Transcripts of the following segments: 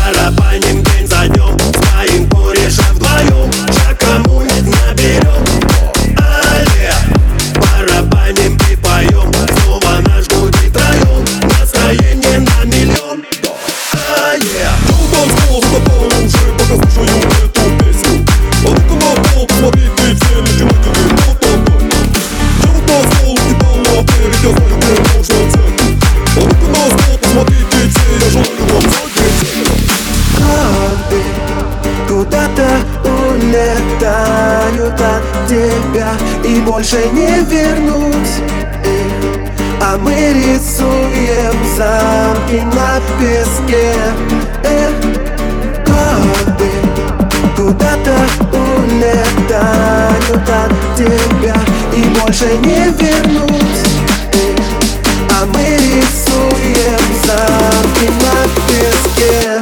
барабаним день за днем, стоим куришь вдвоем, шага мы наберем. Алле, барабаним и поем, снова наш будет район, настроение на миллион. Танцпол затопал уже, пока слушаю эту песню. А ну-ка на пол, посмотрите, все начинайте вот такой. Делать танцпол, ебал на апреле, я знаю, где можно взять. А ну-ка на стол, посмотрите, все, я желаю вам загреть. Годы куда-то улетают от тебя и больше не вернуть их. А мы рисуем замки на песке. Годы куда-то улетают от тебя и больше не вернуть их. А мы рисуем замки на песке.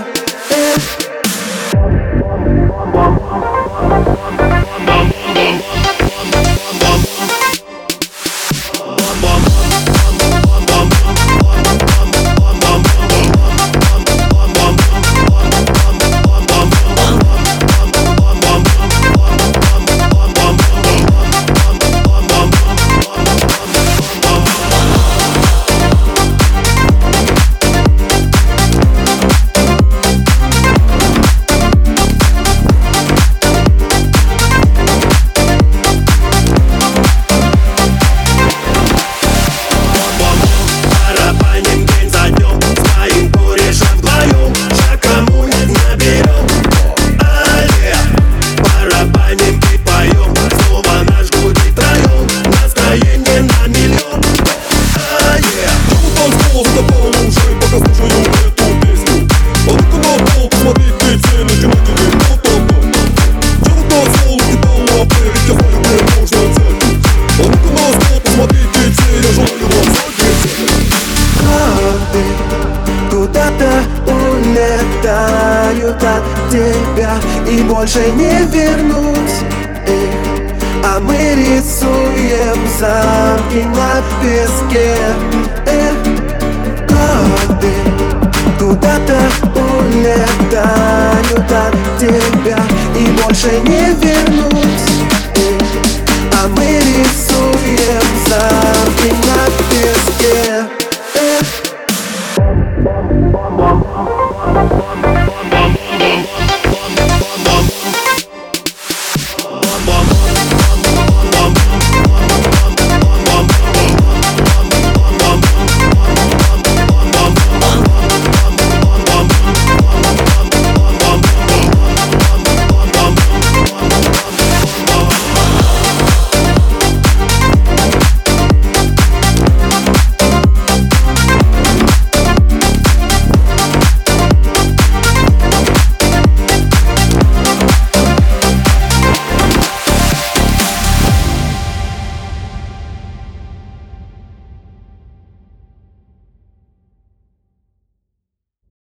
Куда-то улетают от тебя и больше не вернуть их. А мы рисуем замки на песке. Годы куда-то улетают от тебя и больше не вернуть их. А мы рисуем замки на песке. Bum, bum.